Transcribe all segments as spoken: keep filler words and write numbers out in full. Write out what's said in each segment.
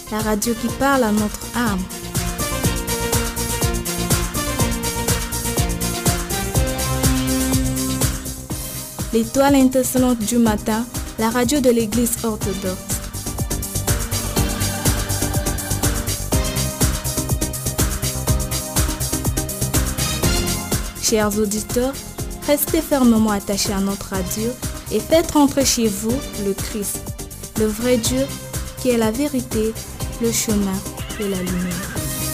la radio qui parle à notre âme. L'étoile intercellente du matin, la radio de l'Église orthodoxe. Chers auditeurs, restez fermement attachés à notre radio et faites rentrer chez vous le Christ, le vrai Dieu qui est la vérité, le chemin et la lumière.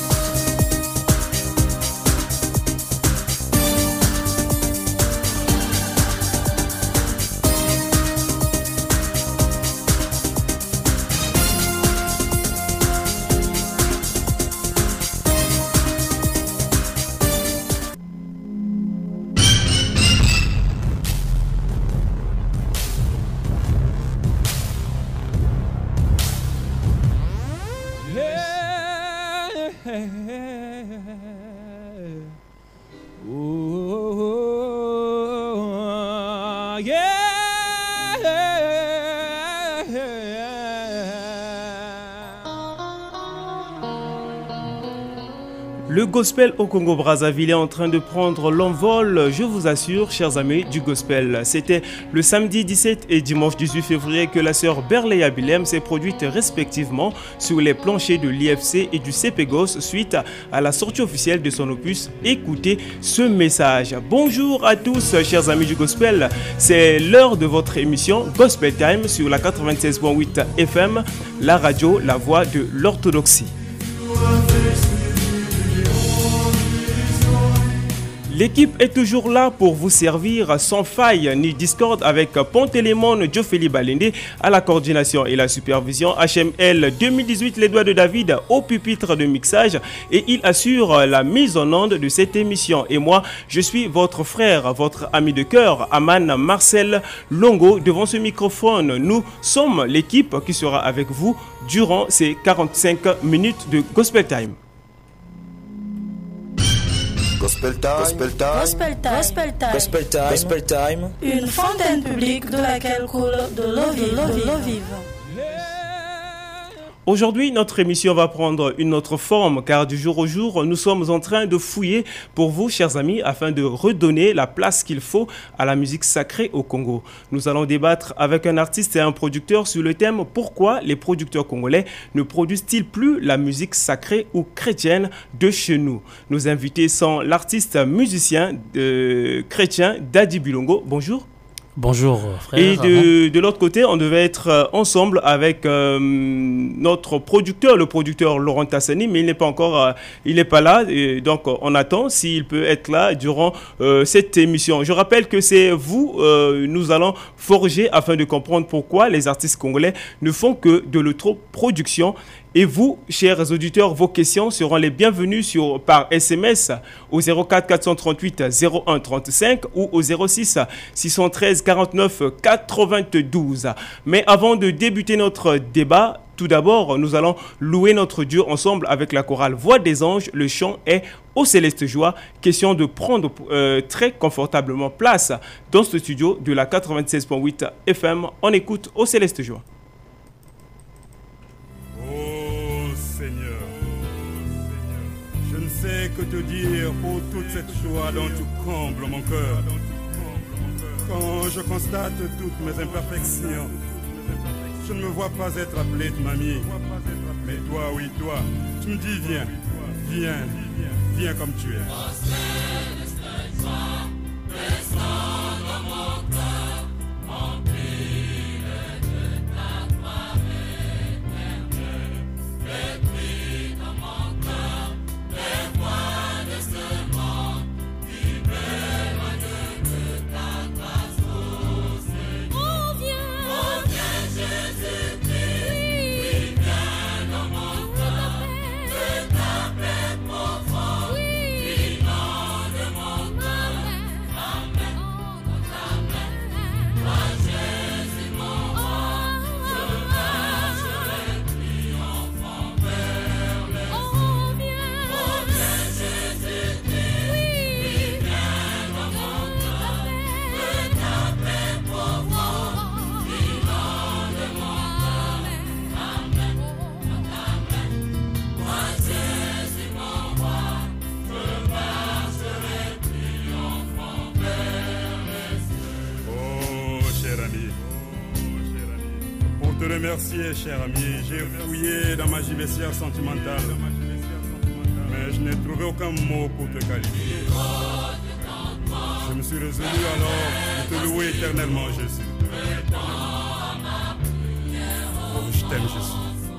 Le gospel au Congo-Brazzaville est en train de prendre l'envol, je vous assure, chers amis du gospel. C'était le samedi dix-sept et dimanche dix-huit février que la sœur Berleya Bilem s'est produite respectivement sur les planchers de l'I F C et du C P G O S suite à la sortie officielle de son opus. Écoutez ce message. Bonjour à tous, chers amis du gospel. C'est l'heure de votre émission Gospel Time sur la quatre-vingt-seize virgule huit F M, la radio, la voix de l'orthodoxie. L'équipe est toujours là pour vous servir sans faille ni discorde avec Pontelemon Diofeli Balende à la coordination et la supervision, H M L deux mille dix-huit Les Doigts de David au pupitre de mixage et il assure la mise en onde de cette émission. Et moi, je suis votre frère, votre ami de cœur, Aman Marcel Longo devant ce microphone. Nous sommes l'équipe qui sera avec vous durant ces quarante-cinq minutes de Gospel Time. Gospel Time, Gospel Time, Gospel Time, Gospel Time, Gospel Time, Gospel Time, une fontaine publique de laquelle coule de l'eau vive, de l'eau vive. Aujourd'hui, notre émission va prendre une autre forme car du jour au jour, nous sommes en train de fouiller pour vous, chers amis, afin de redonner la place qu'il faut à la musique sacrée au Congo. Nous allons débattre avec un artiste et un producteur sur le thème « Pourquoi les producteurs congolais ne produisent-ils plus la musique sacrée ou chrétienne de chez nous ?» Nos invités sont l'artiste musicien euh, chrétien Daddy Bilongo. Bonjour. Bonjour frère. Et de, de l'autre côté, on devait être ensemble avec euh, notre producteur, le producteur Laurent Tassani, mais il n'est pas encore, euh, il n'est pas là. Et donc on attend s'il peut être là durant euh, cette émission. Je rappelle que c'est vous, euh, nous allons forger afin de comprendre pourquoi les artistes congolais ne font que de l'autoproduction. Et vous, chers auditeurs, vos questions seront les bienvenues sur, par S M S au zéro quatre quatre cent trente-huit zéro un trente-cinq ou au zéro six six cent treize quarante-neuf quatre-vingt-douze. Mais avant de débuter notre débat, tout d'abord, nous allons louer notre Dieu ensemble avec la chorale Voix des Anges. Le chant est Ô Céleste Joie. Question de prendre euh, très confortablement place dans ce studio de la quatre-vingt-seize virgule huit F M. On écoute Ô Céleste Joie. Je ne sais que te dire pour toute cette joie dont tu combles mon cœur. Quand je constate toutes mes imperfections, je ne me vois pas être appelé de mamie. Mais toi, oui, toi, tu me dis viens, viens, viens comme tu es. Mon te remercier, cher ami. J'ai fouillé dans ma gibecière sentimentale, mais je n'ai trouvé aucun mot pour te qualifier. Je me suis résolu alors de te louer éternellement, Jésus. Oh, je t'aime, Jésus.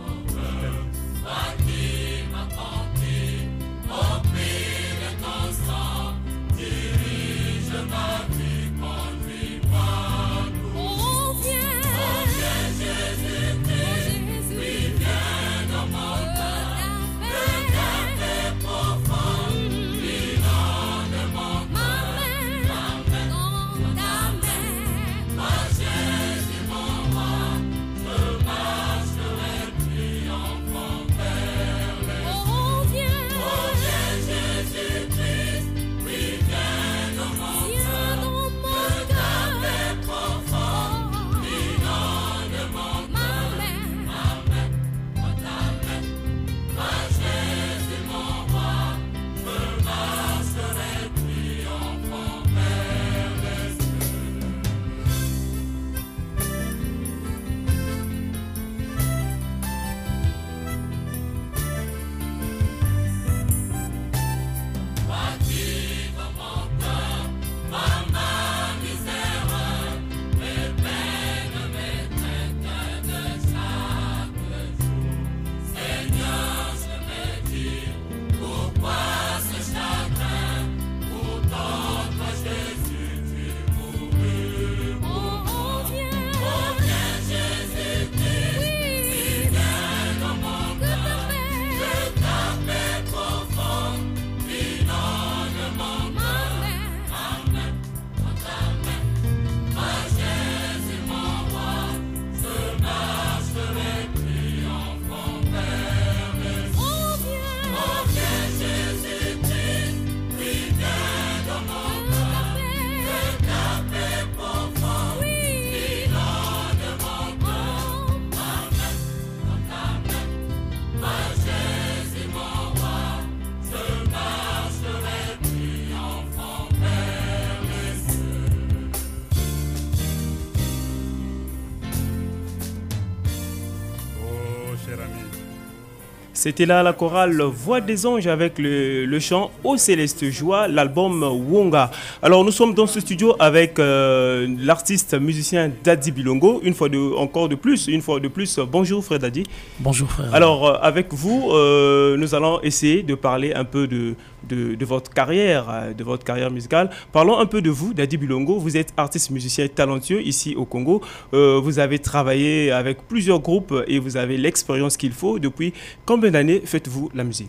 C'était là la chorale Voix des Anges avec le, le chant Ô Céleste Joie, l'album Wonga. Alors nous sommes dans ce studio avec euh, l'artiste musicien Daddy Bilongo. Une fois de, encore de plus, une fois de plus, bonjour frère Daddy. Bonjour frère. Alors euh, avec vous, euh, nous allons essayer de parler un peu de, de, de votre carrière, de votre carrière musicale. Parlons un peu de vous, Daddy Bilongo. Vous êtes artiste musicien talentueux ici au Congo. Euh, vous avez travaillé avec plusieurs groupes et vous avez l'expérience qu'il faut. Depuis combien d'années faites-vous la musique?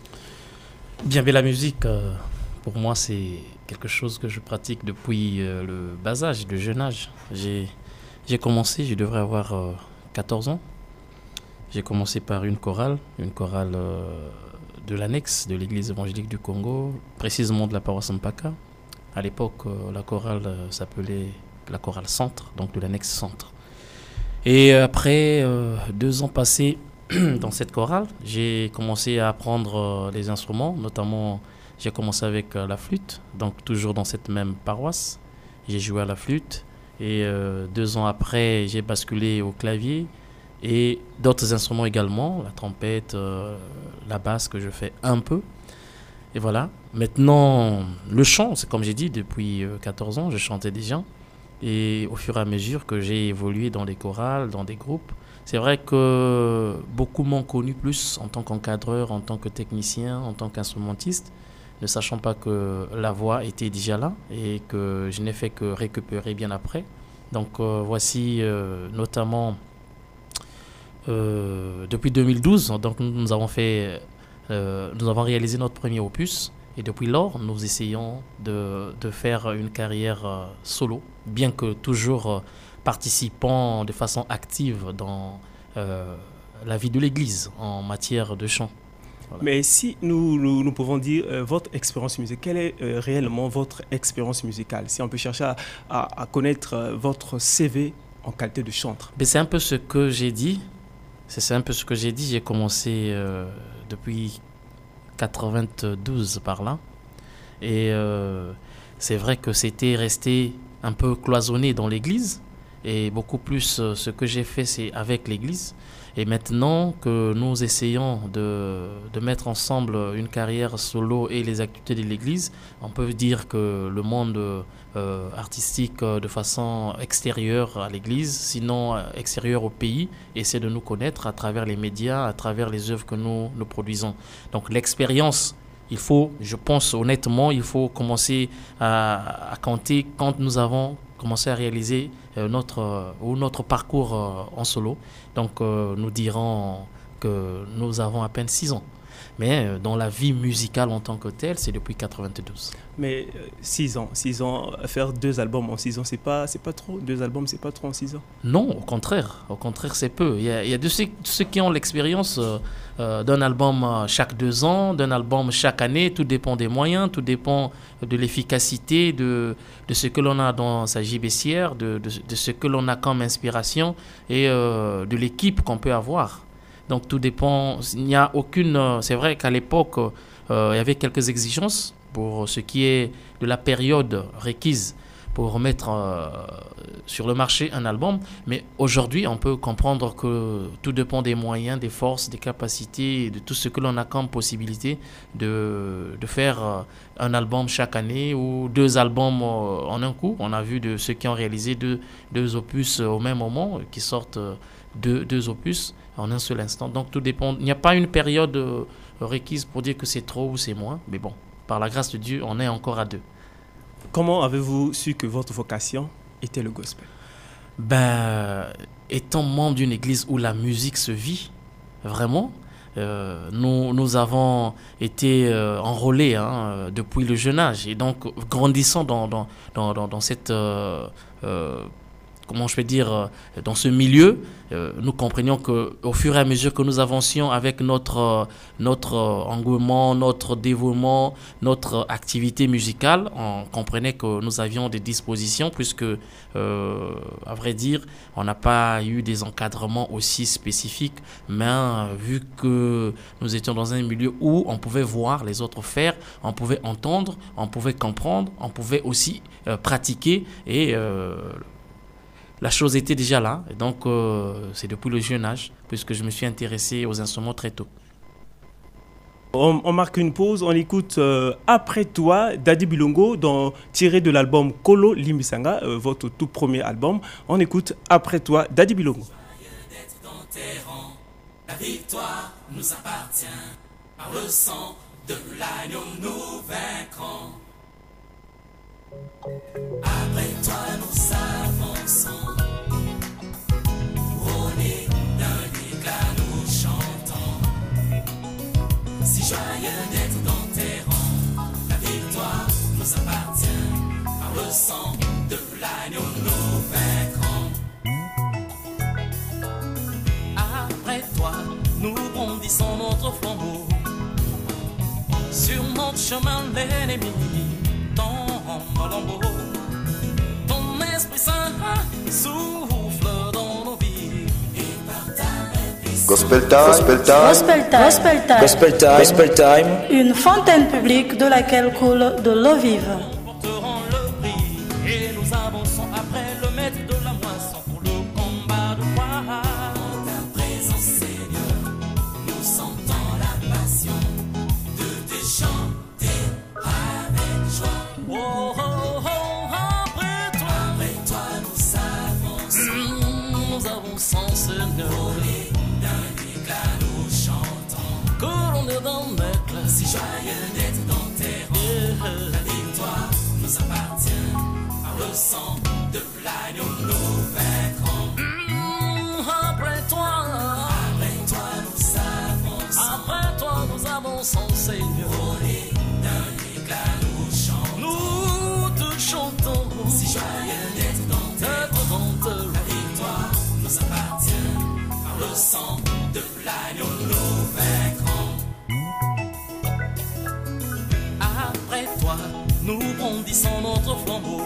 Bien, mais la musique, euh, pour moi, c'est quelque chose que je pratique depuis euh, le bas âge, le jeune âge. J'ai, j'ai commencé, je devrais avoir euh, quatorze ans. J'ai commencé par une chorale, une chorale euh, de l'annexe de l'église évangélique du Congo, précisément de la paroisse Mpaka. À l'époque, euh, la chorale euh, s'appelait la chorale centre, donc de l'annexe centre. Et après euh, deux ans passés dans cette chorale, j'ai commencé à apprendre euh, les instruments, notamment j'ai commencé avec euh, la flûte, donc toujours dans cette même paroisse. J'ai joué à la flûte et euh, deux ans après, j'ai basculé au clavier et d'autres instruments également, la trompette, euh, la basse que je fais un peu. Et voilà. Maintenant, le chant, c'est comme j'ai dit, depuis euh, quatorze ans, je chantais déjà. Et au fur et à mesure que j'ai évolué dans les chorales, dans des groupes, c'est vrai que beaucoup m'ont connu plus en tant qu'encadreur, en tant que technicien, en tant qu'instrumentiste, ne sachant pas que la voix était déjà là et que je n'ai fait que récupérer bien après. Donc euh, voici euh, notamment euh, depuis deux mille douze, donc nous avons fait, euh, nous avons réalisé notre premier opus et depuis lors nous essayons de, de faire une carrière euh, solo, bien que toujours euh, participant de façon active dans euh, la vie de l'Église en matière de chant. Voilà. Mais si nous, nous, nous pouvons dire euh, votre expérience musicale, quelle est euh, réellement votre expérience musicale? Si on peut chercher à, à, à connaître euh, votre C V en qualité de chanteur. Mais c'est un peu ce que j'ai dit. C'est, c'est un peu ce que j'ai dit. J'ai commencé euh, depuis quatre-vingt-douze par là. Et euh, c'est vrai que c'était resté un peu cloisonné dans l'église. Et beaucoup plus, euh, ce que j'ai fait, c'est avec l'Église. Et maintenant que nous essayons de, de mettre ensemble une carrière solo et les activités de l'Église, on peut dire que le monde euh, artistique euh, de façon extérieure à l'Église, sinon euh, extérieure au pays, essaie de nous connaître à travers les médias, à travers les œuvres que nous, nous produisons. Donc l'expérience, il faut, je pense honnêtement, il faut commencer à, à compter quand nous avons commencé à réaliser euh, notre, euh, ou notre parcours euh, en solo. Donc euh, nous dirons que nous avons à peine six ans. Mais euh, dans la vie musicale en tant que telle, c'est depuis quatre-vingt-douze. Mais euh, six ans, six ans, faire deux albums en six ans, c'est pas, c'est pas trop. Deux albums, c'est pas trop en six ans. Non, au contraire, au contraire, c'est peu. Il y a, il y a de ceux, ceux qui ont l'expérience euh, euh, d'un album euh, chaque deux ans, d'un album chaque année. Tout dépend des moyens, tout dépend de l'efficacité, de, de ce que l'on a dans sa gibecière, de, de, de ce que l'on a comme inspiration et euh, de l'équipe qu'on peut avoir. Donc tout dépend. Il n'y a aucune. Euh, c'est vrai qu'à l'époque, euh, il y avait quelques exigences pour ce qui est de la période requise pour remettre euh, sur le marché un album. Mais aujourd'hui, on peut comprendre que tout dépend des moyens, des forces, des capacités, de tout ce que l'on a comme possibilité de, de faire euh, un album chaque année ou deux albums euh, en un coup. On a vu de ceux qui ont réalisé deux, deux opus au même moment, qui sortent euh, deux, deux opus en un seul instant. Donc tout dépend. Il n'y a pas une période euh, requise pour dire que c'est trop ou c'est moins. Mais bon, par la grâce de Dieu, on est encore à deux. Comment avez-vous su que votre vocation était le gospel? Ben, étant membre d'une église où la musique se vit, vraiment, euh, nous, nous avons été euh, enrôlés hein, depuis le jeune âge. Et donc, grandissant dans, dans, dans, dans, dans cette... Euh, euh, comment je peux dire, dans ce milieu, euh, nous comprenions qu'au fur et à mesure que nous avancions avec notre, euh, notre euh, engouement, notre dévouement, notre activité musicale, on comprenait que nous avions des dispositions puisque, euh, à vrai dire, on n'a pas eu des encadrements aussi spécifiques, mais euh, vu que nous étions dans un milieu où on pouvait voir les autres faire, on pouvait entendre, on pouvait comprendre, on pouvait aussi euh, pratiquer et... Euh, la chose était déjà là, et donc euh, c'est depuis le jeune âge, puisque je me suis intéressé aux instruments très tôt. On, on marque une pause, on écoute euh, Après toi, Daddy Bilongo, dans, tiré de l'album Kolo Limbisanga, euh, votre tout premier album. On écoute Après toi, Daddy Bilongo. D'être dans tes rangs, la victoire nous appartient, par le sang de l'agneau nous vaincrons. Après toi nous avançons, couronnés d'un éclat nous chantons. Si joyeux d'être dans tes rangs, la victoire nous appartient, par le sang de l'agneau nous vaincrons. Après toi nous bondissons notre flambeau, sur notre chemin l'ennemi Malambo. Ton esprit saint souffle dans nos vies et par ta Gospel time, gospel time, Gospel time, Gospel time, gospel time, gospel time. Une fontaine publique de laquelle coule de l'eau vive. Nous porterons le prix et nous avançons après le maître de la moisson pour le combat de foi. En ta présence, Seigneur, nous sentons la passion de tes chants. Oh, oh, oh, après toi, après toi nous avançons, nous avançons Seigneur, volés d'un éclat nous chantons, couronnés d'un éclat, si joyeux d'être dans tes rangs, yeah. La victoire nous appartient, par le sang de l'agneau nous vaincrons. Mmh, après toi, après toi nous avançons, après toi nous avançons Seigneur, volés d'un éclat nous chantons. Nous te chantons, si joyeux d'être dans tes rangs, la victoire nous appartient, par le sang de l'agneau nous vaincrons. Après toi, nous bondissons notre flambeau,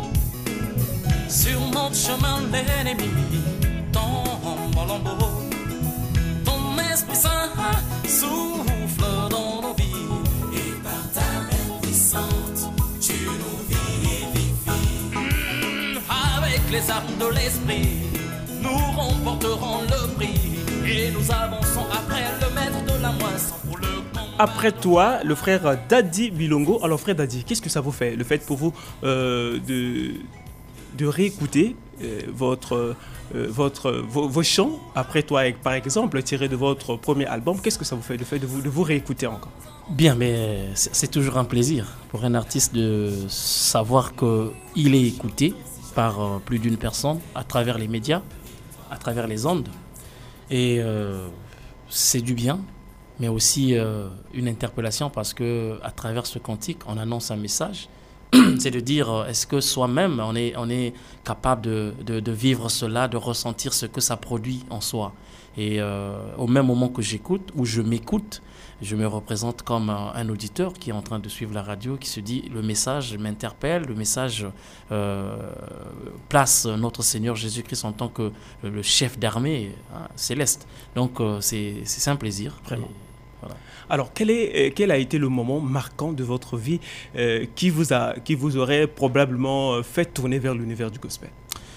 sur notre chemin l'ennemi tombe en lambeaux. Ton esprit saint souffle dans nos vies et par ta main puissante tu nous vivifies. Mmh, avec les les armes de l'esprit, nous remporterons le prix. Et nous avançons après le maître de la moisson pour le combat. Après toi, le frère Daddy Bilongo. Alors frère Daddy, qu'est-ce que ça vous fait, le fait pour vous euh, de, de réécouter euh, votre, euh, votre, vos, vos chants après toi, par exemple, tirés de votre premier album? Qu'est-ce que ça vous fait, le fait de vous, de vous réécouter encore? Bien, mais c'est, c'est toujours un plaisir pour un artiste de savoir qu'il est écouté par euh, plus d'une personne à travers les médias, à travers les ondes. Et euh, c'est du bien, mais aussi euh, une interpellation parce qu'à travers ce cantique, on annonce un message. C'est de dire, est-ce que soi-même, on est, on est capable de, de, de vivre cela, de ressentir ce que ça produit en soi. Et euh, au même moment que j'écoute, ou je m'écoute, je me représente comme un, un auditeur qui est en train de suivre la radio, qui se dit, le message m'interpelle, le message euh, place notre Seigneur Jésus-Christ en tant que le chef d'armée hein, céleste. Donc euh, c'est, c'est un plaisir. Vraiment. Et, voilà. Alors, quel, est, quel a été le moment marquant de votre vie euh, qui, vous a, qui vous aurait probablement fait tourner vers l'univers du gospel?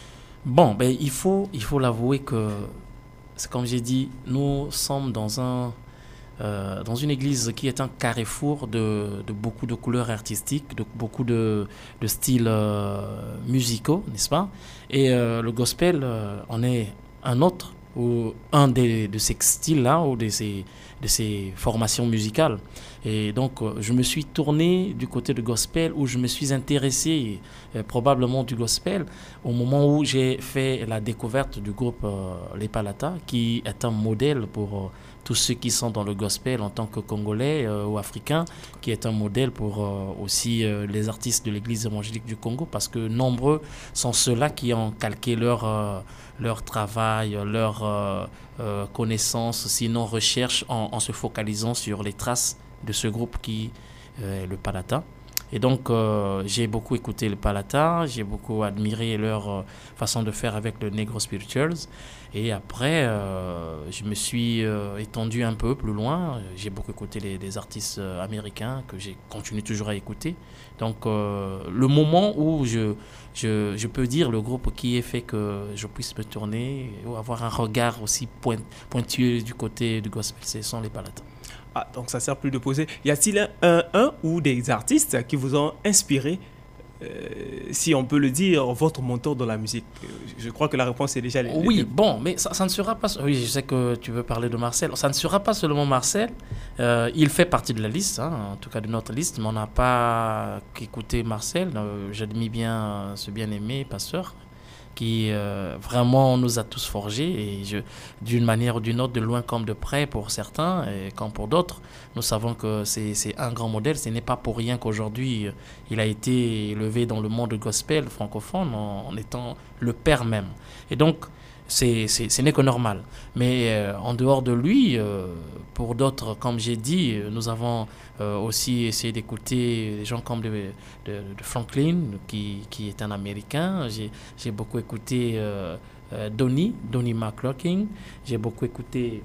Bon, ben, il faut, il faut l'avouer que, c'est comme j'ai dit, nous sommes dans un... Euh, dans une église qui est un carrefour de, de beaucoup de couleurs artistiques, de beaucoup de, de styles euh, musicaux, n'est-ce pas? Et euh, le gospel euh, en est un autre, ou un des, de ces styles-là, ou de ces, de ces formations musicales. Et donc, euh, je me suis tourné du côté du gospel, où je me suis intéressé euh, probablement du gospel, au moment où j'ai fait la découverte du groupe euh, Les Palatas, qui est un modèle pour... Euh, tous ceux qui sont dans le gospel en tant que Congolais euh, ou Africains, qui est un modèle pour euh, aussi euh, les artistes de l'Église évangélique du Congo, parce que nombreux sont ceux-là qui ont calqué leur, euh, leur travail, leur euh, euh, connaissance, sinon recherche, en, en se focalisant sur les traces de ce groupe qui euh, est le Palata. Et donc, euh, j'ai beaucoup écouté le Palata, j'ai beaucoup admiré leur euh, façon de faire avec le Negro Spirituals. Et après, euh, je me suis euh, étendu un peu plus loin. J'ai beaucoup écouté les, les artistes euh, américains que j'ai continué toujours à écouter. Donc, euh, le moment où je, je, je peux dire le groupe qui est fait que je puisse me tourner ou avoir un regard aussi point, pointueux du côté du gospel, ce sont les Palatas. Ah, donc ça sert plus de poser. Y a-t-il un, un, un ou des artistes qui vous ont inspiré, euh, si on peut le dire, votre mentor dans la musique? Je crois que la réponse est déjà... Les, oui, les... bon, mais ça, ça ne sera pas... Oui, je sais que tu veux parler de Marcel. Ça ne sera pas seulement Marcel. Euh, il fait partie de la liste, hein, en tout cas de notre liste, mais on n'a pas qu'écouté Marcel. Euh, j'admire bien ce bien-aimé pasteur qui euh, vraiment nous a tous forgés, et je, d'une manière ou d'une autre, de loin comme de près pour certains et comme pour d'autres. Nous savons que c'est, c'est un grand modèle. Ce n'est pas pour rien qu'aujourd'hui il a été élevé dans le monde gospel francophone en, en étant le père même. Et donc c'est, c'est, ce n'est que normal. Mais euh, en dehors de lui, euh, pour d'autres, comme j'ai dit, nous avons euh, aussi essayé d'écouter des gens comme de, de, de Franklin, qui, qui est un Américain. J'ai, j'ai beaucoup écouté euh, euh, Donny, Donny McClurkin. J'ai beaucoup écouté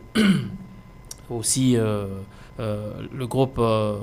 aussi euh, euh, le groupe... Euh,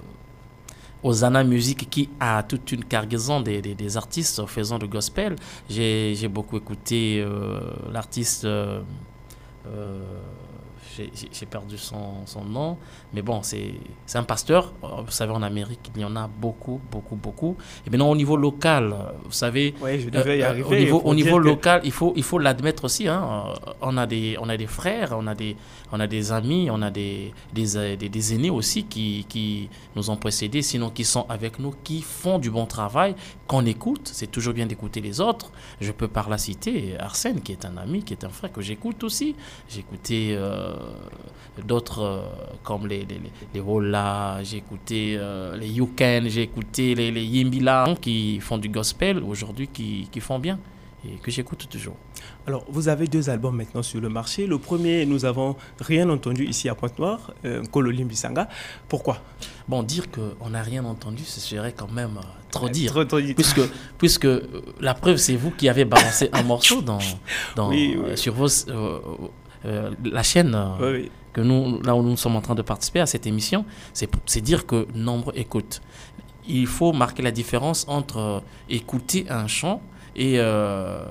Hosanna Music, qui a toute une cargaison des, des, des artistes faisant du gospel. J'ai, j'ai beaucoup écouté euh, l'artiste, euh, euh, j'ai, j'ai perdu son, son nom, mais bon, c'est, c'est un pasteur. Vous savez, en Amérique, il y en a beaucoup, beaucoup, beaucoup. Et maintenant, au niveau local, vous savez, oui, je devais y euh, arriver, au niveau, au niveau que... local, il faut, il faut l'admettre aussi. Hein, on a des, on a des frères, on a des, on a des amis, on a des, des, des, des aînés aussi qui, qui nous ont précédés, sinon qui sont avec nous, qui font du bon travail, qu'on écoute. C'est toujours bien d'écouter les autres. Je peux par la citer Arsène, qui est un ami, qui est un frère que j'écoute aussi. J'ai écouté euh, d'autres euh, comme les, les, les Wola, j'ai écouté euh, les Yuken, j'ai écouté les, les Yimbila, qui font du gospel aujourd'hui, qui, qui font bien et que j'écoute toujours. Alors, vous avez deux albums maintenant sur le marché. Le premier, nous avons rien entendu ici à Pointe-Noire, euh, Nkolo Limbisanga. Pourquoi? Bon, dire qu'on n'a rien entendu, ce serait quand même euh, trop dire. Trop, trop dire. Puisque, puisque euh, la preuve, c'est vous qui avez balancé un morceau dans, dans, oui, oui. Euh, sur vos, euh, euh, la chaîne euh, oui, oui. que nous, là où nous sommes en train de participer à cette émission. C'est, c'est dire que nombre écoutent. Il faut marquer la différence entre euh, écouter un chant et euh,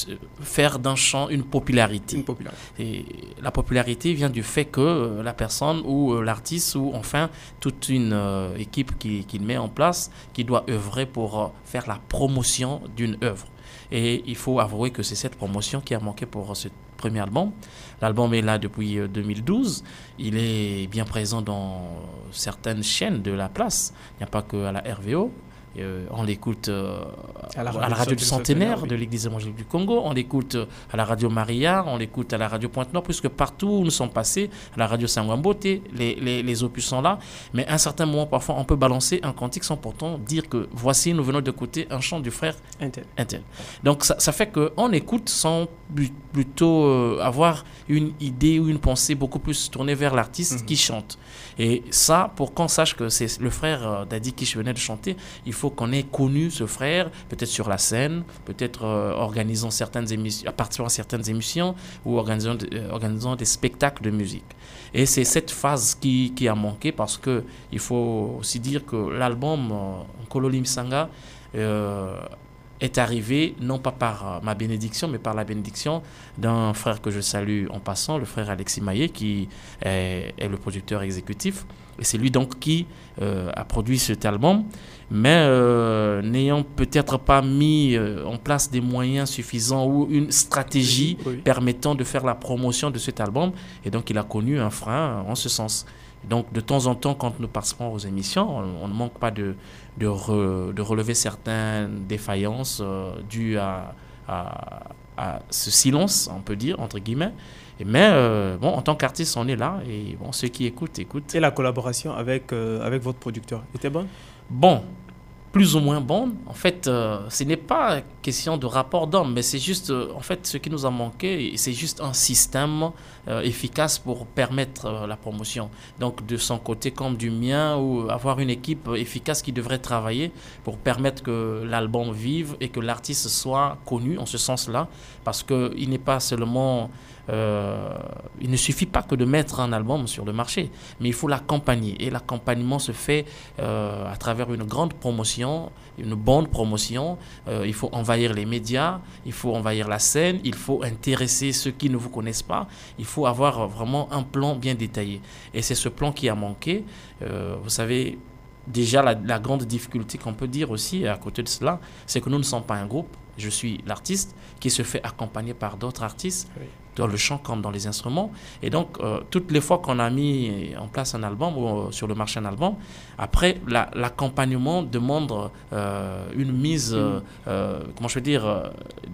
faire d'un chant une popularité. Une popularité. Et la popularité vient du fait que la personne ou l'artiste ou enfin toute une euh, équipe qui, qui met en place, qui doit œuvrer pour euh, faire la promotion d'une œuvre. Et il faut avouer que c'est cette promotion qui a manqué pour ce premier album. L'album est là depuis deux mille douze. Il est bien présent dans certaines chaînes de la place. Il n'y a pas qu'à la R V O. Euh, on l'écoute euh, à la radio, à la radio du Centenaire oui. de l'Église évangélique du Congo, on l'écoute à la radio Maria, on l'écoute à la radio Pointe-Nord, puisque partout où nous sommes passés, à la radio Sangwambote, les, les, les opus sont là. Mais à un certain moment, parfois, on peut balancer un cantique sans pourtant dire que voici, nous venons d'écouter un chant du frère Intel. Intel. Donc ça, ça fait qu'on écoute sans plutôt euh, avoir une idée ou une pensée beaucoup plus tournée vers l'artiste mm-hmm. qui chante. Et ça, pour qu'on sache que c'est le frère euh, Daddy Kish venait de chanter, il faut qu'on ait connu ce frère, peut-être sur la scène, peut-être euh, organisant certaines émissions, participant à certaines émissions ou organisant, euh, organisant des spectacles de musique. Et c'est cette phase qui, qui a manqué parce qu'il faut aussi dire que l'album euh, Nkolo Limsanga euh, est arrivé non pas par ma bénédiction, mais par la bénédiction d'un frère que je salue en passant, le frère Alexis Maillet, qui est, est le producteur exécutif. Et c'est lui donc qui euh, a produit cet album, mais euh, n'ayant peut-être pas mis euh, en place des moyens suffisants ou une stratégie oui. permettant de faire la promotion de cet album. Et donc il a connu un frein en ce sens. Donc de temps en temps, quand nous participons aux émissions, on, on ne manque pas de, de, re, de relever certaines défaillances euh, dues à, à, à ce silence, on peut dire, entre guillemets. Et mais euh, bon, en tant qu'artiste, on est là et bon, ceux qui écoutent, écoutent. Et la collaboration avec, euh, avec votre producteur était bonne ? Bon, plus ou moins bonne. En fait, euh, ce n'est pas question de rapport d'homme, mais c'est juste, euh, en fait, ce qui nous a manqué, c'est juste un système euh, efficace pour permettre euh, la promotion. Donc, de son côté comme du mien, ou avoir une équipe efficace qui devrait travailler pour permettre que l'album vive et que l'artiste soit connu en ce sens-là, parce qu'il n'est pas seulement... Euh, il ne suffit pas que de mettre un album sur le marché, mais il faut l'accompagner. Et l'accompagnement se fait euh, à travers une grande promotion, une bonne promotion. Euh, il faut envahir les médias, il faut envahir la scène, il faut intéresser ceux qui ne vous connaissent pas. Il faut avoir vraiment un plan bien détaillé. Et c'est ce plan qui a manqué. Euh, vous savez, déjà la, la grande difficulté qu'on peut dire aussi à côté de cela, c'est que nous ne sommes pas un groupe. Je suis l'artiste qui se fait accompagner par d'autres artistes, oui. dans le chant comme dans les instruments. Et donc, euh, toutes les fois qu'on a mis en place un album ou euh, sur le marché un album, après, la, l'accompagnement demande euh, une mise, euh, euh, comment je veux dire, euh,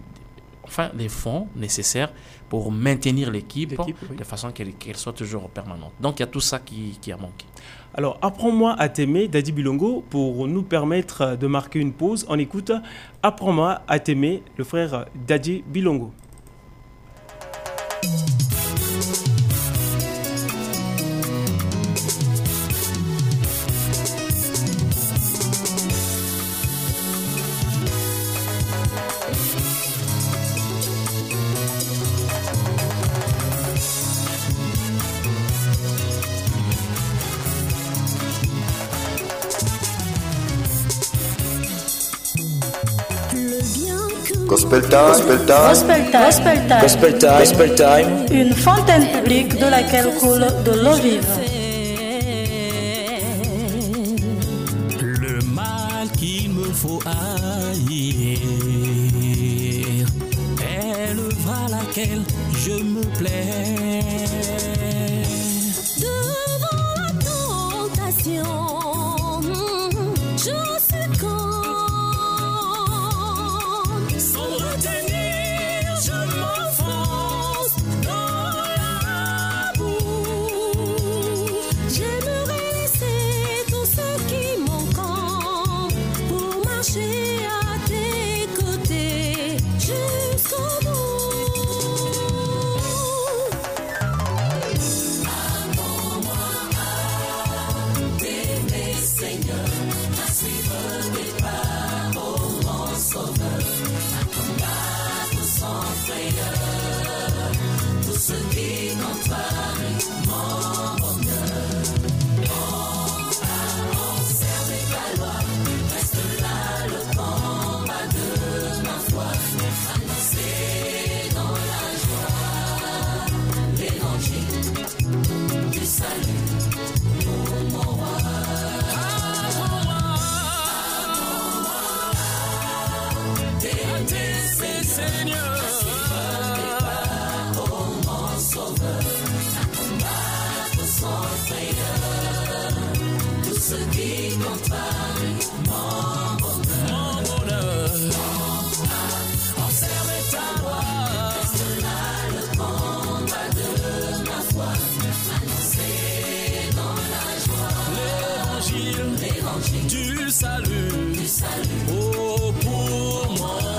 enfin, les fonds nécessaires pour maintenir l'équipe, l'équipe oui. de façon qu'elle, qu'elle soit toujours permanente. Donc, il y a tout ça qui, qui a manqué. Alors, apprends-moi à t'aimer, Daddy Bilongo, pour nous permettre de marquer une pause. On écoute Apprends-moi à t'aimer, le frère Daddy Bilongo. Gospel time, gospel time, Gospel time, Gospel time, gospel time, gospel time. Une fontaine publique de laquelle coule de l'eau vive. Le mal qu'il me faut haïr est l'œuvre à laquelle je me plais. Devant la tentation, je succombe. du salut pour mon roi. Seigneur, oh mon sauveur, à combattre sans frayeur, tout ce qui contrarie mon bonheur, mon bonheur. Observe ta loi, reste là le combat de ma foi, annoncer dans la joie l'évangile, l'évangile du salut, du salut, oh pour mon roi.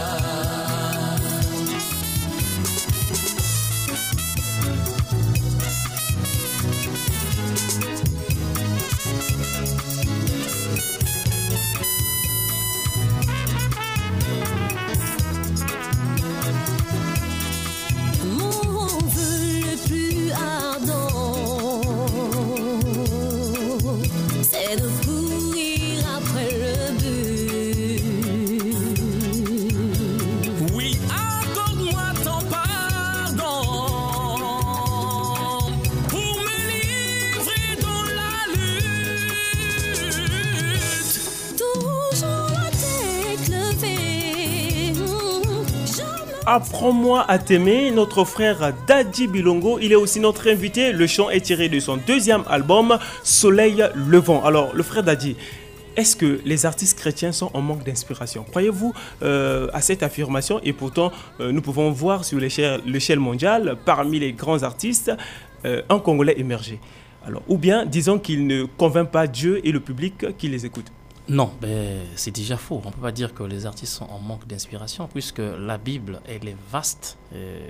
Apprends-moi à t'aimer, notre frère Dadji Bilongo, il est aussi notre invité. Le chant est tiré de son deuxième album, Soleil Levant. Alors, le frère Dadji, est-ce que les artistes chrétiens sont en manque d'inspiration? Croyez-vous euh, à cette affirmation? Et pourtant, euh, nous pouvons voir sur l'échelle mondiale, parmi les grands artistes, euh, un Congolais émergé. Alors, ou bien, disons qu'il ne convainc pas Dieu et le public qui les écoute. Non, ben, c'est déjà faux. On ne peut pas dire que les artistes sont en manque d'inspiration, puisque la Bible, elle est vaste, euh,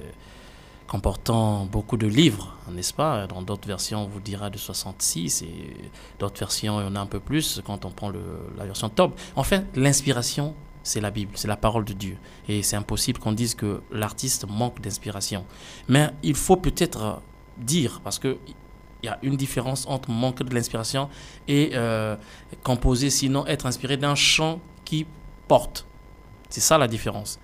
comportant beaucoup de livres, n'est-ce pas? Dans d'autres versions, on vous dira de soixante-six, et d'autres versions, il y en a un peu plus quand on prend le, la version top. Enfin, l'inspiration, c'est la Bible, c'est la parole de Dieu. Et c'est impossible qu'on dise que l'artiste manque d'inspiration. Mais il faut peut-être dire, parce que il y a une différence entre manquer de l'inspiration et euh, composer, sinon être inspiré d'un chant qui porte. C'est ça la différence.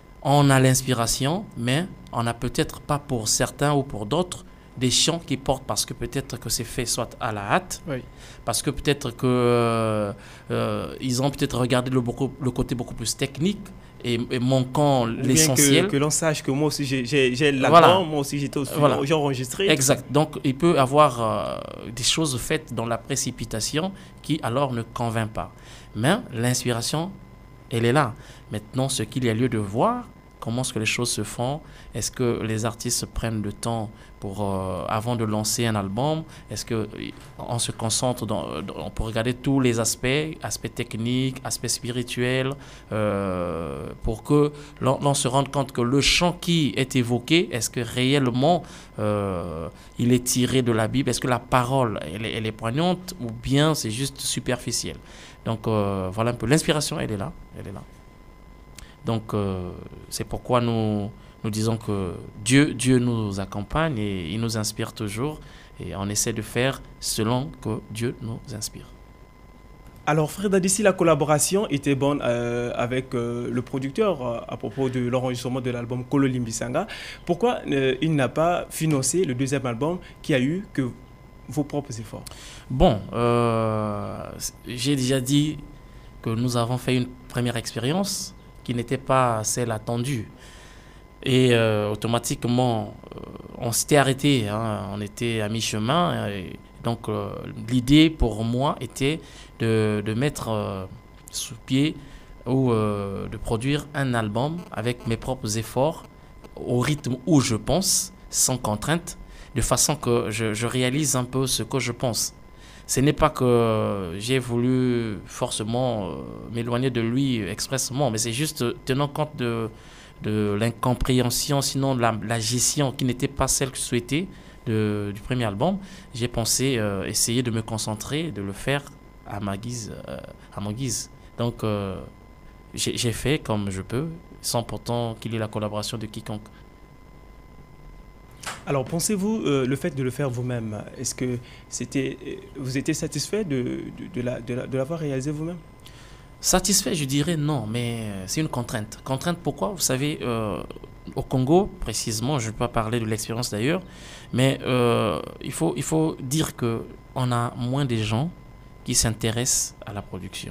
On a l'inspiration, mais on n'a peut-être pas pour certains ou pour d'autres des chants qui portent, parce que peut-être que c'est fait soit à la hâte, oui. Parce que peut-être que euh, euh, ils ont peut-être regardé le, beaucoup, le côté beaucoup plus technique et, et manquant l'essentiel. Que, que l'on sache que moi aussi j'ai l'album, voilà. Moi aussi j'étais aussi voilà. J'ai enregistré. Exact. Donc il peut y avoir euh, des choses faites dans la précipitation qui alors ne convainc pas. Mais l'inspiration, elle est là. Maintenant, ce qu'il y a lieu de voir, comment est-ce que les choses se font? Est-ce que les artistes prennent le temps pour, euh, avant de lancer un album? Est-ce qu'on se concentre dans, dans, pour regarder tous les aspects, aspects techniques, aspects spirituels, euh, pour que l'on se rende compte que le chant qui est évoqué, est-ce que réellement euh, il est tiré de la Bible? Est-ce que la parole, elle est, elle est poignante, ou bien c'est juste superficiel? Donc euh, voilà un peu. L'inspiration, elle est là. Elle est là. Donc, euh, c'est pourquoi nous, nous disons que Dieu, Dieu nous accompagne et il nous inspire toujours. Et on essaie de faire selon que Dieu nous inspire. Alors, frère Dadji, si la collaboration était bonne euh, avec euh, le producteur euh, à propos de l'enregistrement de l'album Kolo Limbisanga, pourquoi euh, il n'a pas financé le deuxième album qui a eu que vos propres efforts? Bon, euh, j'ai déjà dit que nous avons fait une première expérience qui n'était pas celle attendue. Et euh, automatiquement, euh, on s'était arrêté, hein, on était à mi-chemin. Et donc, euh, l'idée pour moi était de, de mettre euh, sous pied ou euh, de produire un album avec mes propres efforts, au rythme où je pense, sans contrainte, de façon que je, je réalise un peu ce que je pense. Ce n'est pas que j'ai voulu forcément euh, m'éloigner de lui expressement, mais c'est juste euh, tenant compte de, de l'incompréhension, sinon de la, la gestion qui n'était pas celle que je souhaitais de, du premier album. J'ai pensé euh, essayer de me concentrer, de le faire à ma guise. Euh, à mon guise. Donc euh, j'ai fait comme je peux, sans pourtant qu'il y ait la collaboration de quiconque. Alors, pensez-vous euh, le fait de le faire vous-même, est-ce que c'était, vous étiez satisfait de, de, de, la, de, la, de l'avoir réalisé vous-même? Satisfait, je dirais non, mais c'est une contrainte. Contrainte pourquoi? Vous savez, euh, au Congo, précisément, je ne vais pas parler de l'expérience d'ailleurs, mais euh, il faut, il faut dire qu'on a moins de gens qui s'intéressent à la production.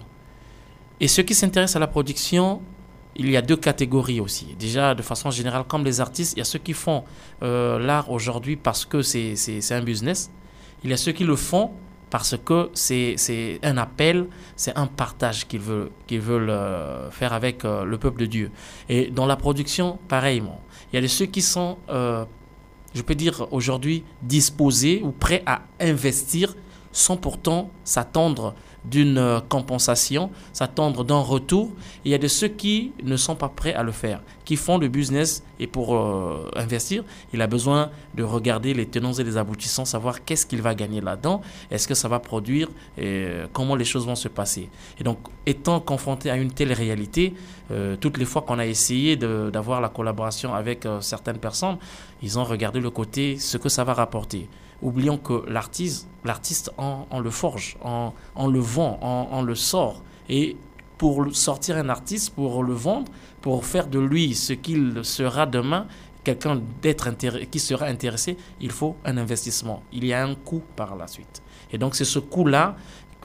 Et ceux qui s'intéressent à la production, il y a deux catégories aussi. Déjà, de façon générale, comme les artistes, il y a ceux qui font euh, l'art aujourd'hui parce que c'est, c'est, c'est un business. Il y a ceux qui le font parce que c'est, c'est un appel, c'est un partage qu'ils veulent, qu'ils veulent euh, faire avec euh, le peuple de Dieu. Et dans la production, pareillement. Il y a de ceux qui sont, euh, je peux dire aujourd'hui, disposés ou prêts à investir sans pourtant s'attendre d'une euh, compensation, s'attendre d'un retour. Et il y a de ceux qui ne sont pas prêts à le faire, qui font le business et pour euh, investir, il a besoin de regarder les tenants et les aboutissants, savoir qu'est-ce qu'il va gagner là-dedans, est-ce que ça va produire, et comment les choses vont se passer. Et donc, étant confronté à une telle réalité, euh, toutes les fois qu'on a essayé de, d'avoir la collaboration avec euh, certaines personnes, ils ont regardé le côté, ce que ça va rapporter. Oublions que l'artiste, l'artiste on, on le forge, on, on le vend, on, on le sort. Et pour sortir un artiste, pour le vendre, pour faire de lui ce qu'il sera demain, quelqu'un d'être intéressé, qui sera intéressé, il faut un investissement. Il y a un coût par la suite. Et donc c'est ce coût-là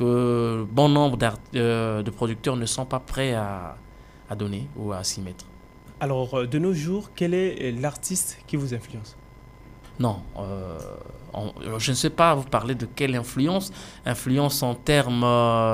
que bon nombre euh, de producteurs ne sont pas prêts à, à donner ou à s'y mettre. Alors, de nos jours, quel est l'artiste qui vous influence ? Non, euh, on, je ne sais pas vous parler de quelle influence. Influence en termes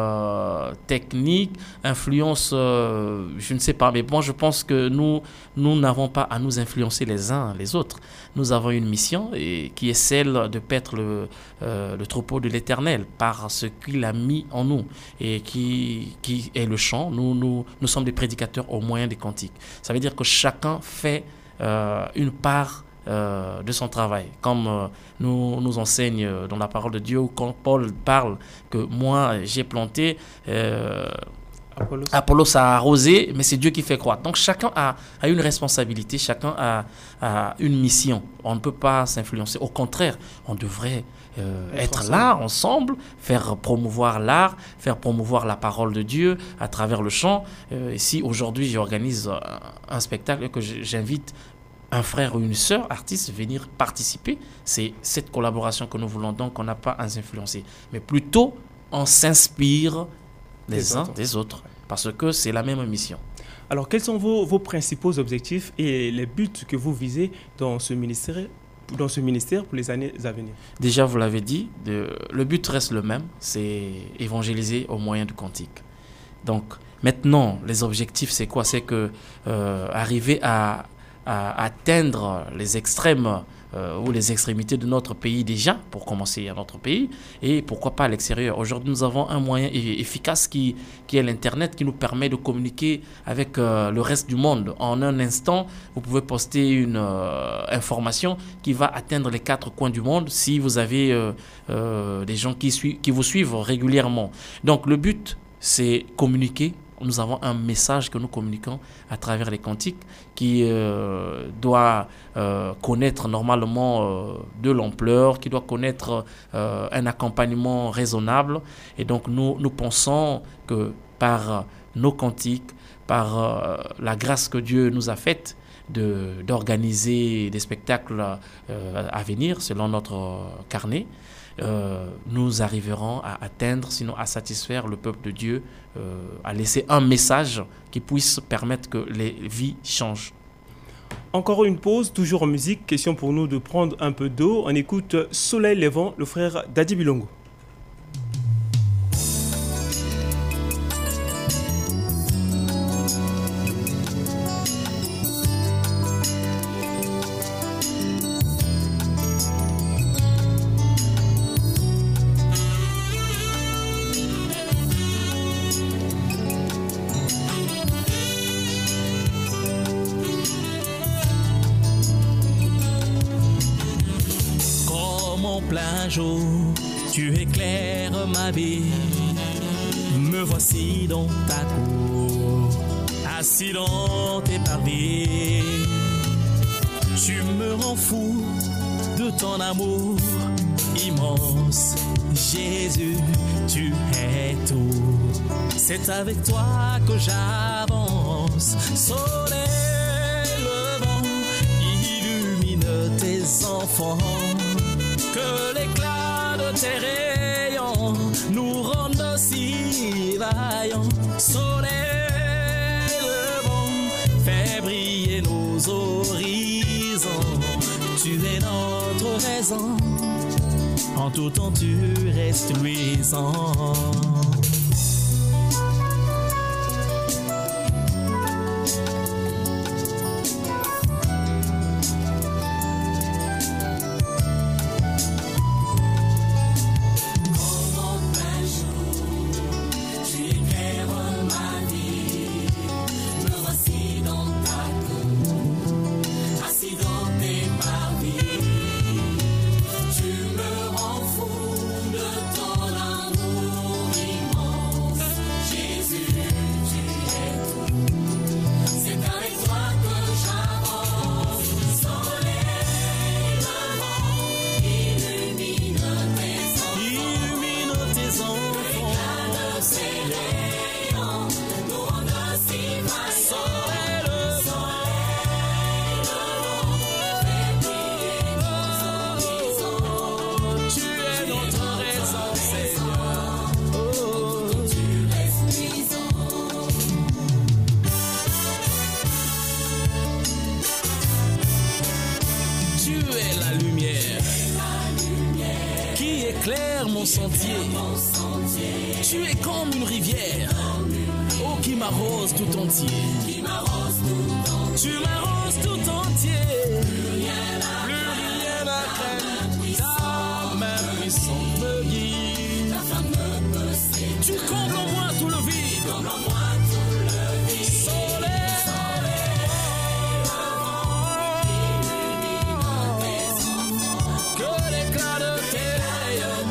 euh, techniques, influence, euh, je ne sais pas. Mais moi, je pense que nous, nous n'avons pas à nous influencer les uns les autres. Nous avons une mission et, qui est celle de paître le, euh, le troupeau de l'Éternel par ce qu'il a mis en nous et qui, qui est le chant. Nous, nous, nous sommes des prédicateurs au moyen des cantiques. Ça veut dire que chacun fait euh, une part Euh, de son travail, comme euh, nous, nous enseigne dans la parole de Dieu, quand Paul parle que moi j'ai planté, euh, Apollos. Apollos a arrosé, mais c'est Dieu qui fait croître. Donc chacun a, a une responsabilité, chacun a, a une mission. On ne peut pas s'influencer. Au contraire, on devrait euh, être, être là, ensemble, faire promouvoir l'art, faire promouvoir la parole de Dieu à travers le chant. Euh, et si aujourd'hui j'organise un, un spectacle que j'invite un frère ou une sœur artiste venir participer, c'est cette collaboration que nous voulons. Donc on n'a pas à s'influencer, mais plutôt on s'inspire des, des uns autres. des autres, parce que c'est la même mission. Alors quels sont vos, vos principaux objectifs et les buts que vous visez dans ce ministère, dans ce ministère pour les années à venir? Déjà, vous l'avez dit, de, le but reste le même, c'est évangéliser au moyen du cantique. Donc maintenant, les objectifs, c'est quoi? C'est que euh, arriver à à atteindre les extrêmes euh, ou les extrémités de notre pays déjà, pour commencer à notre pays, et pourquoi pas à l'extérieur. Aujourd'hui, nous avons un moyen efficace qui, qui est l'Internet, qui nous permet de communiquer avec euh, le reste du monde. En un instant, vous pouvez poster une euh, information qui va atteindre les quatre coins du monde si vous avez euh, euh, des gens qui, sui- qui vous suivent régulièrement. Donc le but, c'est communiquer. Nous avons un message que nous communiquons à travers les cantiques qui euh, doit euh, connaître normalement euh, de l'ampleur, qui doit connaître euh, un accompagnement raisonnable. Et donc nous, nous pensons que par nos cantiques, par euh, la grâce que Dieu nous a faite de, d'organiser des spectacles euh, à venir selon notre carnet, Euh, nous arriverons à atteindre, sinon à satisfaire le peuple de Dieu, euh, à laisser un message qui puisse permettre que les vies changent. Encore une pause, toujours en musique. Question pour nous de prendre un peu d'eau. On écoute Soleil Levant, le frère Daddy Bilongo. Plein jour, tu éclaires ma vie. Me voici dans ta cour, assis dans tes parvis. Tu me rends fou de ton amour immense. Jésus, tu es tout. C'est avec toi que j'avance. Soleil levant, enfants. Que l'éclat de tes rayons nous rende si vaillants. Soleil levant, fais briller nos horizons. Tu es notre raison, en tout temps tu restes luisant. Tu es comme une rivière, oh qui m'arrose tout entier. Tu m'arroses tout entier. Plus rien à craindre. Ta main puissante me guide. Tu combles en moi tout le vide. Soleil, que l'éclat de tes rayons.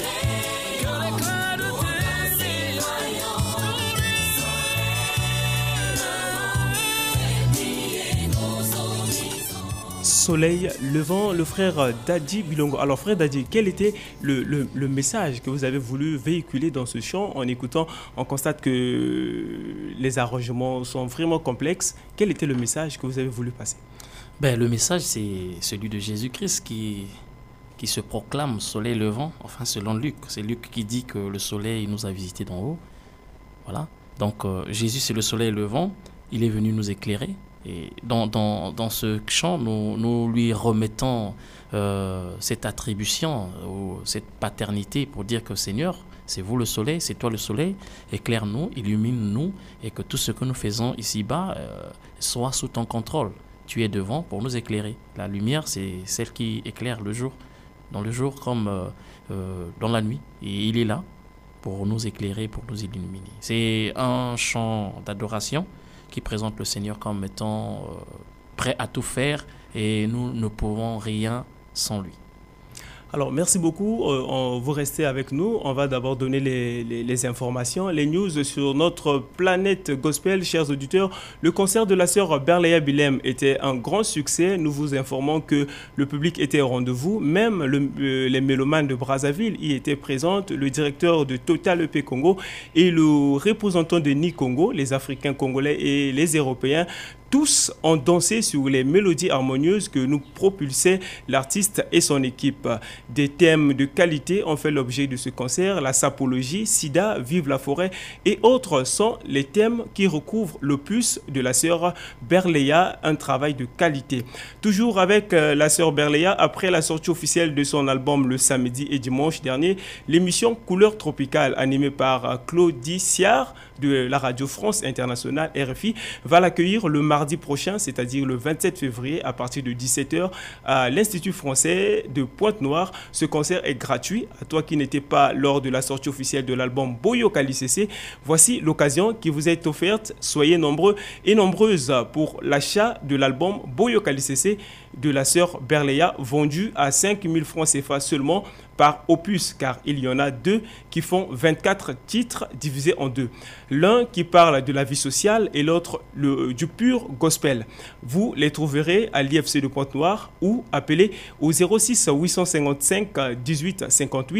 Soleil levant, le frère Dadji Bilongo. Alors frère Dadji, quel était le, le, le message que vous avez voulu véhiculer dans ce chant? En écoutant, on constate que les arrangements sont vraiment complexes. Quel était le message que vous avez voulu passer? Ben, le message, c'est celui de Jésus-Christ qui, qui se proclame soleil levant, enfin selon Luc. C'est Luc qui dit que le soleil nous a visités d'en haut. Voilà. Donc euh, Jésus, c'est le soleil levant. Il est venu nous éclairer. Et dans, dans, dans ce chant, nous, nous lui remettons euh, cette attribution, ou cette paternité pour dire que Seigneur, c'est vous le soleil, c'est toi le soleil, éclaire-nous, illumine-nous, et que tout ce que nous faisons ici-bas euh, soit sous ton contrôle. Tu es devant pour nous éclairer. La lumière, c'est celle qui éclaire le jour, dans le jour comme euh, euh, dans la nuit. Et il est là pour nous éclairer, pour nous illuminer. C'est un chant d'adoration qui présente le Seigneur comme étant euh, prêt à tout faire et nous ne pouvons rien sans lui. Alors, merci beaucoup. Euh, on, vous restez avec nous. On va d'abord donner les, les, les informations, les news sur notre planète gospel. Chers auditeurs, le concert de la sœur Berléa Bilem était un grand succès. Nous vous informons que le public était au rendez-vous. Même le, euh, les mélomanes de Brazzaville y étaient présents. Le directeur de Total E P Congo et le représentant de Ni Congo, les Africains congolais et les Européens, tous ont dansé sur les mélodies harmonieuses que nous propulsait l'artiste et son équipe. Des thèmes de qualité ont fait l'objet de ce concert. La sapologie, sida, vive la forêt et autres sont les thèmes qui recouvrent le plus de la sœur Berléa, un travail de qualité. Toujours avec la sœur Berléa, après la sortie officielle de son album le samedi et dimanche dernier, l'émission Couleur Tropicale, animée par Claudie Siard de la Radio France Internationale R F I, va l'accueillir le mardi prochain, c'est-à-dire le vingt-sept février à partir de dix-sept heures à l'Institut français de Pointe-Noire. Ce concert est gratuit. À toi qui n'étais pas lors de la sortie officielle de l'album Boyo Kalisese, voici l'occasion qui vous est offerte. Soyez nombreux et nombreuses pour l'achat de l'album Boyo Kalisese de la sœur Berléa, vendu à cinq mille francs C F A seulement par opus, car il y en a deux qui font vingt-quatre titres divisés en deux. L'un qui parle de la vie sociale et l'autre le, du pur gospel. Vous les trouverez à l'I F C de Pointe-Noire ou appelez au zéro six huit cent cinquante-cinq dix-huit cinquante-huit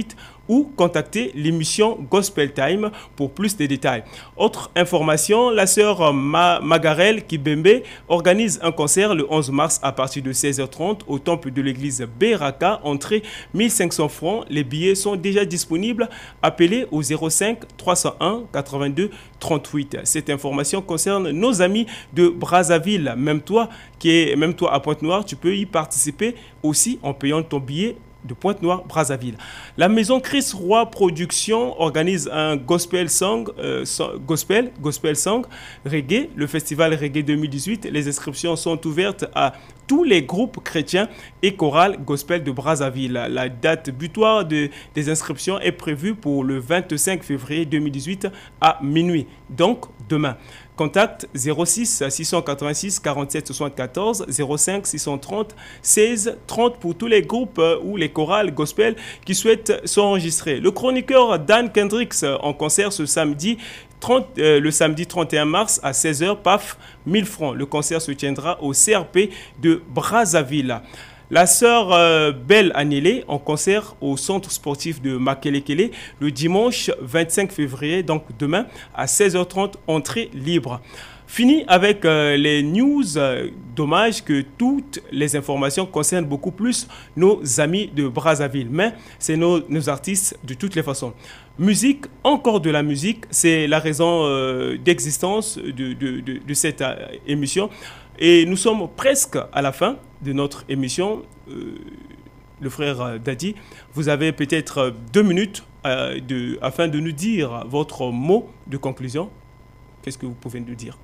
ou contactez l'émission Gospel Time pour plus de détails. Autre information, la sœur Ma Magarel Kibembe organise un concert le onze mars à partir de seize heures trente au temple de l'église Beraka, entrée mille cinq cents francs. Les billets sont déjà disponibles. Appelez au zéro cinq trois cent un quatre-vingt-deux trente-huit. Cette information concerne nos amis de Brazzaville. Même toi, qui est, même toi à Pointe-Noire, tu peux y participer aussi en payant ton billet de Pointe-Noire, Brazzaville. La maison Chris Roy Productions organise un gospel song, euh, so, gospel, gospel song, reggae, le festival reggae deux mille dix-huit. Les inscriptions sont ouvertes à tous les groupes chrétiens et chorales gospel de Brazzaville. La date butoir de, des inscriptions est prévue pour le vingt-cinq février deux mille dix-huit à minuit, donc demain. Contact zéro six six cent quatre-vingt-six quarante-sept soixante-quatorze, zéro cinq six cent trente seize trente pour tous les groupes ou les chorales gospel qui souhaitent s'enregistrer. Le chroniqueur Dan Kendricks en concert ce samedi, trente, euh, le samedi trente et un mars à seize heures, paf, mille francs. Le concert se tiendra au C R P de Brazzaville. La sœur euh, Belle Anélé en concert au centre sportif de Makelekele le dimanche vingt-cinq février, donc demain à seize heures trente, entrée libre. Fini avec euh, les news. Euh, dommage que toutes les informations concernent beaucoup plus nos amis de Brazzaville, mais c'est nos, nos artistes de toutes les façons. Musique, encore de la musique, c'est la raison euh, d'existence de, de, de, de cette euh, émission. Et nous sommes presque à la fin de notre émission. Euh, le frère Dadi, vous avez peut-être deux minutes euh, de, afin de nous dire votre mot de conclusion. Qu'est-ce que vous pouvez nous dire?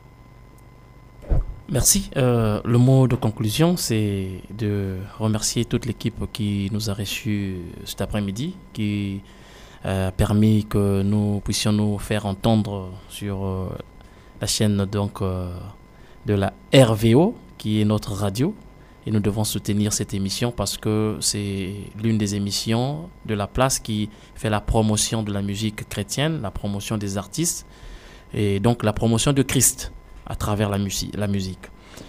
Merci. Euh, le mot de conclusion, c'est de remercier toute l'équipe qui nous a reçus cet après-midi, qui a permis que nous puissions nous faire entendre sur euh, la chaîne donc, euh, de la R V O, qui est notre radio. Et nous devons soutenir cette émission parce que c'est l'une des émissions de la place qui fait la promotion de la musique chrétienne, la promotion des artistes et donc la promotion de Christ à travers la, musique, la musique.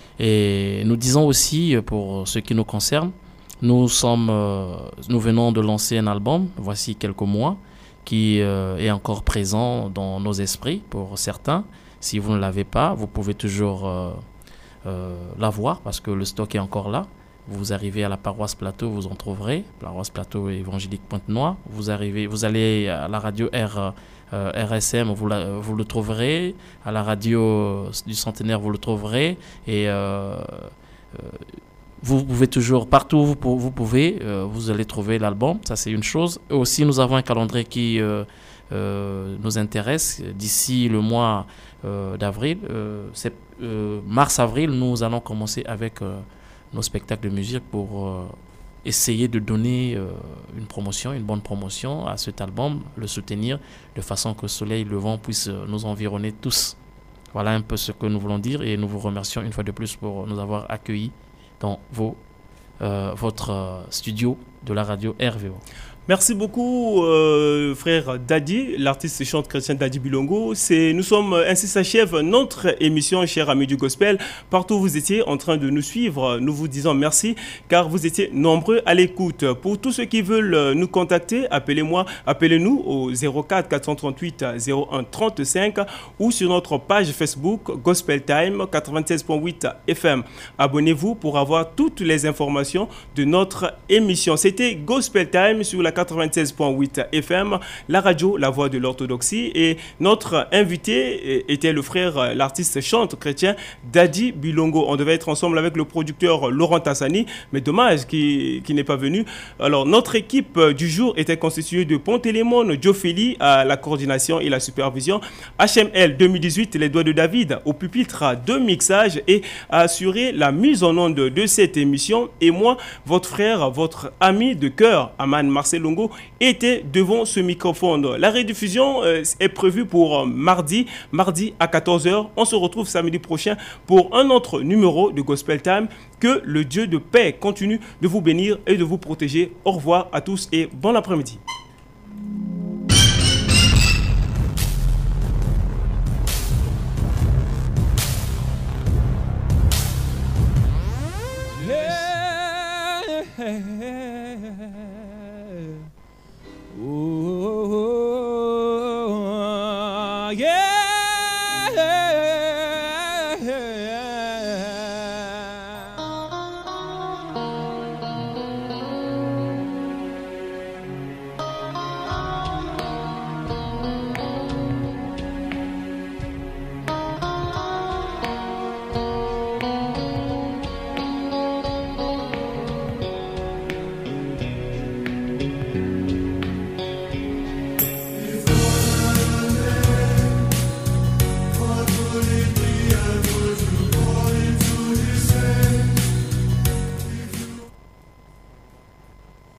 Et nous disons aussi, pour ce qui nous concerne, nous, sommes, euh, nous venons de lancer un album, voici quelques mois, qui euh, est encore présent dans nos esprits pour certains. Si vous ne l'avez pas, vous pouvez toujours euh, euh, l'avoir parce que le stock est encore là. Vous arrivez à la paroisse Plateau, vous en trouverez. Paroisse Plateau évangélique Pointe-Noire. Vous arrivez, vous allez à la radio R, euh, R S M, vous, la, vous le trouverez. À la radio du Centenaire, vous le trouverez. Et euh, euh, vous pouvez toujours, partout où vous, vous pouvez, euh, vous allez trouver l'album. Ça, c'est une chose. Et aussi, nous avons un calendrier qui euh, euh, nous intéresse. D'ici le mois euh, d'avril, euh, euh, mars-avril, nous allons commencer avec euh, nos spectacles de musique pour euh, essayer de donner euh, une promotion, une bonne promotion à cet album, le soutenir de façon que le soleil, le vent puisse nous environner tous. Voilà un peu ce que nous voulons dire et nous vous remercions une fois de plus pour nous avoir accueillis dans vos, euh, votre euh, studio de la radio R V O. Merci beaucoup, euh, frère Dadi, l'artiste chante chrétien Dadi Bilongo. C'est, nous sommes, ainsi s'achève notre émission, chers amis du gospel. Partout où vous étiez en train de nous suivre, nous vous disons merci, car vous étiez nombreux à l'écoute. Pour tous ceux qui veulent nous contacter, appelez-moi, appelez-nous au zéro quatre quatre cent trente-huit zéro un trente-cinq ou sur notre page Facebook Gospel Time quatre-vingt-seize virgule huit F M. Abonnez-vous pour avoir toutes les informations de notre émission. C'était Gospel Time sur la quatre-vingt-seize virgule huit F M, la radio, la voix de l'orthodoxie. Et notre invité était le frère, l'artiste chante chrétien Dadi Bilongo. On devait être ensemble avec le producteur Laurent Tassani, mais dommage qu'il, qu'il n'est pas venu. Alors, notre équipe du jour était constituée de Pontélémon, Diofeli à la coordination et la supervision, H M L deux mille dix-huit, les doigts de David au pupitre de mixage et à assurer la mise en onde de cette émission. Et moi, votre frère, votre ami de cœur, Aman Marcel Longo, était devant ce microphone. La rediffusion euh, est prévue pour euh, mardi, mardi à quatorze heures. On se retrouve samedi prochain pour un autre numéro de Gospel Time. Que le Dieu de paix continue de vous bénir et de vous protéger. Au revoir à tous et bon après-midi.